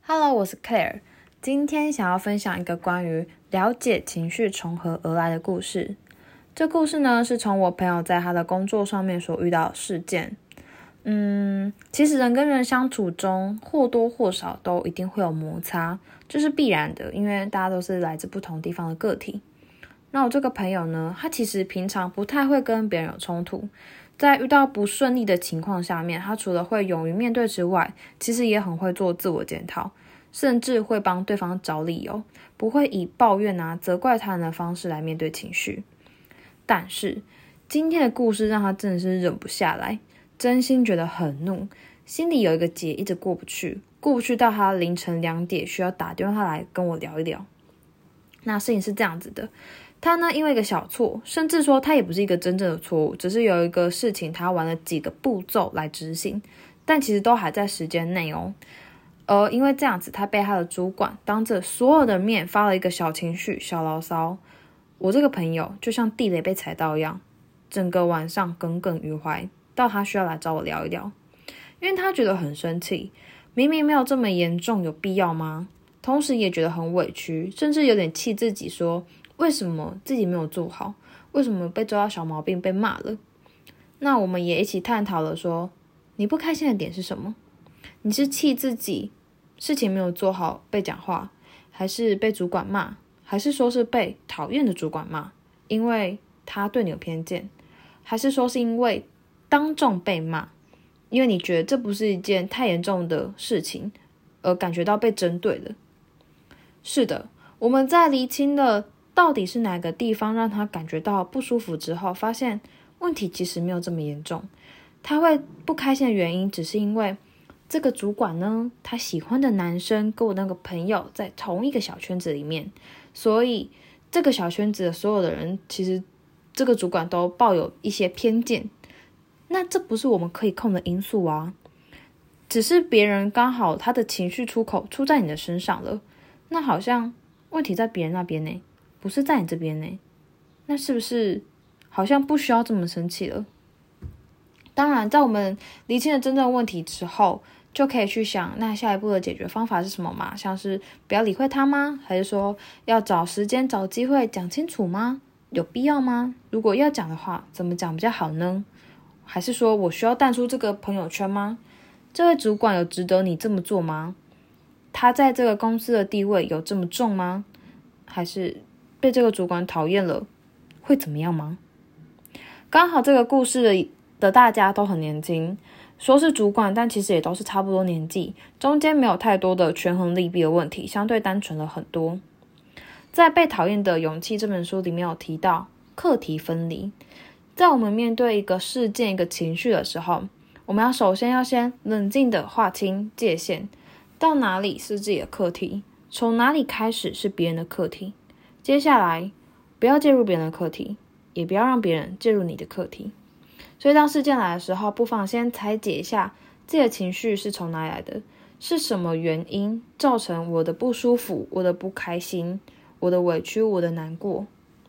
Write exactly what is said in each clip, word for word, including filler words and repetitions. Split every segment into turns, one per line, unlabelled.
Hello， 我是 Claire， 今天想要分享一个关于了解情绪从何而来的故事。这故事呢，是从我朋友在他的工作上面所遇到的事件。嗯，其实人跟人相处中，或多或少都一定会有摩擦，这是必然的，因为大家都是来自不同地方的个体。那我这个朋友呢，他其实平常不太会跟别人有冲突，在遇到不顺利的情况下面，他除了会勇于面对之外，其实也很会做自我检讨，甚至会帮对方找理由，不会以抱怨啊、责怪他人的方式来面对情绪。但是今天的故事让他真的是忍不下来，真心觉得很怒，心里有一个结一直过不去，过不去到他凌晨两点需要打电话来跟我聊一聊。那事情是这样子的，他呢因为一个小错，甚至说他也不是一个真正的错误，只是有一个事情他玩了几个步骤来执行，但其实都还在时间内哦。而因为这样子，他被他的主管当着所有的面发了一个小情绪、小牢骚。我这个朋友就像地雷被踩到一样，整个晚上耿耿于怀，到他需要来找我聊一聊，因为他觉得很生气，明明没有这么严重，有必要吗？同时也觉得很委屈，甚至有点气自己说，为什么自己没有做好？为什么被抓到小毛病被骂了？那我们也一起探讨了说，你不开心的点是什么？你是气自己事情没有做好被讲话，还是被主管骂，还是说是被讨厌的主管骂，因为他对你有偏见，还是说是因为当众被骂，因为你觉得这不是一件太严重的事情而感觉到被针对了。是的，我们在厘清了到底是哪个地方让他感觉到不舒服之后，发现问题其实没有这么严重。他会不开心的原因只是因为这个主管呢，他喜欢的男生跟我那个朋友在同一个小圈子里面，所以这个小圈子的所有的人，其实这个主管都抱有一些偏见。那这不是我们可以控的因素啊，只是别人刚好他的情绪出口出在你的身上了，那好像问题在别人那边呢，不是在你这边呢。那是不是好像不需要这么生气了？当然，在我们厘清了真正问题之后，就可以去想，那下一步的解决方法是什么嘛？像是不要理会他吗？还是说要找时间找机会讲清楚吗？有必要吗？如果要讲的话，怎么讲比较好呢？还是说我需要淡出这个朋友圈吗？这位主管有值得你这么做吗？他在这个公司的地位有这么重吗？还是被这个主管讨厌了，会怎么样吗？刚好这个故事的的大家都很年轻，说是主管，但其实也都是差不多年纪，中间没有太多的权衡利弊的问题，相对单纯了很多。在《被讨厌的勇气》这本书里面有提到课题分离，在我们面对一个事件、一个情绪的时候，我们要首先要先冷静的划清界限，到哪里是自己的课题，从哪里开始是别人的课题，接下来不要介入别人的课题，也不要让别人介入你的课题。所以当事件来的时候，不妨先拆解一下自己的情绪是从哪里来的，是什么原因造成我的不舒服、我的不开心、我的委屈、我的难过。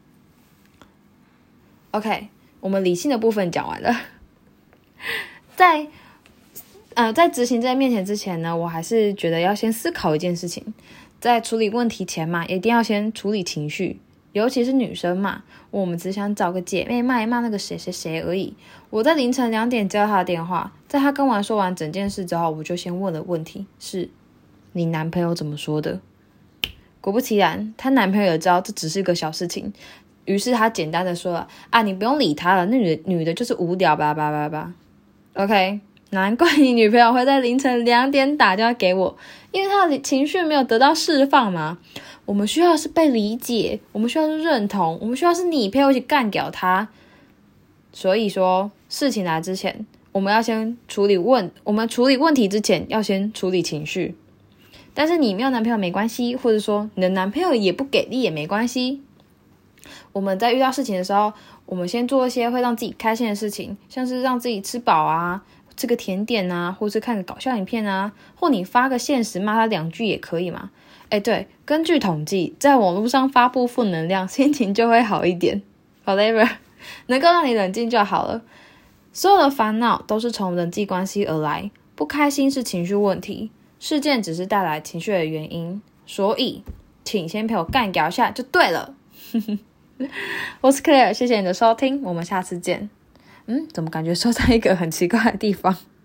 OK， 我们理性的部分讲完了。在呃，在执行这些面前之前呢，我还是觉得要先思考一件事情，在处理问题前嘛，一定要先处理情绪，尤其是女生嘛，我们只想找个姐妹骂一骂那个谁谁谁而已。我在凌晨两点接到他的电话，在他跟完说完整件事之后，我就先问了问题，是你男朋友怎么说的？果不其然，她男朋友也知道这只是一个小事情，于是他简单的说了啊，你不用理他了，那女的女的就是无聊吧吧吧吧。OK， 难怪你女朋友会在凌晨两点打电话给我，因为她的情绪没有得到释放嘛。我们需要的是被理解，我们需要的是认同，我们需要的是你陪我一起干掉他。所以说事情来之前，我们要先处理问我们处理问题之前要先处理情绪。但是你没有男朋友没关系，或者说你的男朋友也不给力也没关系。我们在遇到事情的时候，我们先做一些会让自己开心的事情，像是让自己吃饱啊，吃个甜点啊，或是看个搞笑影片啊，或你发个限时骂他两句也可以嘛。诶对，根据统计，在网络上发布负能量，心情就会好一点。Whatever， 能够让你冷静就好了。所有的烦恼都是从人际关系而来，不开心是情绪问题， 事件只是带来情绪的原因，所以请先陪我干掉一下就对了。我是 Claire， 谢谢你的收听，我们下次见。嗯，怎么感觉收在一个很奇怪的地方？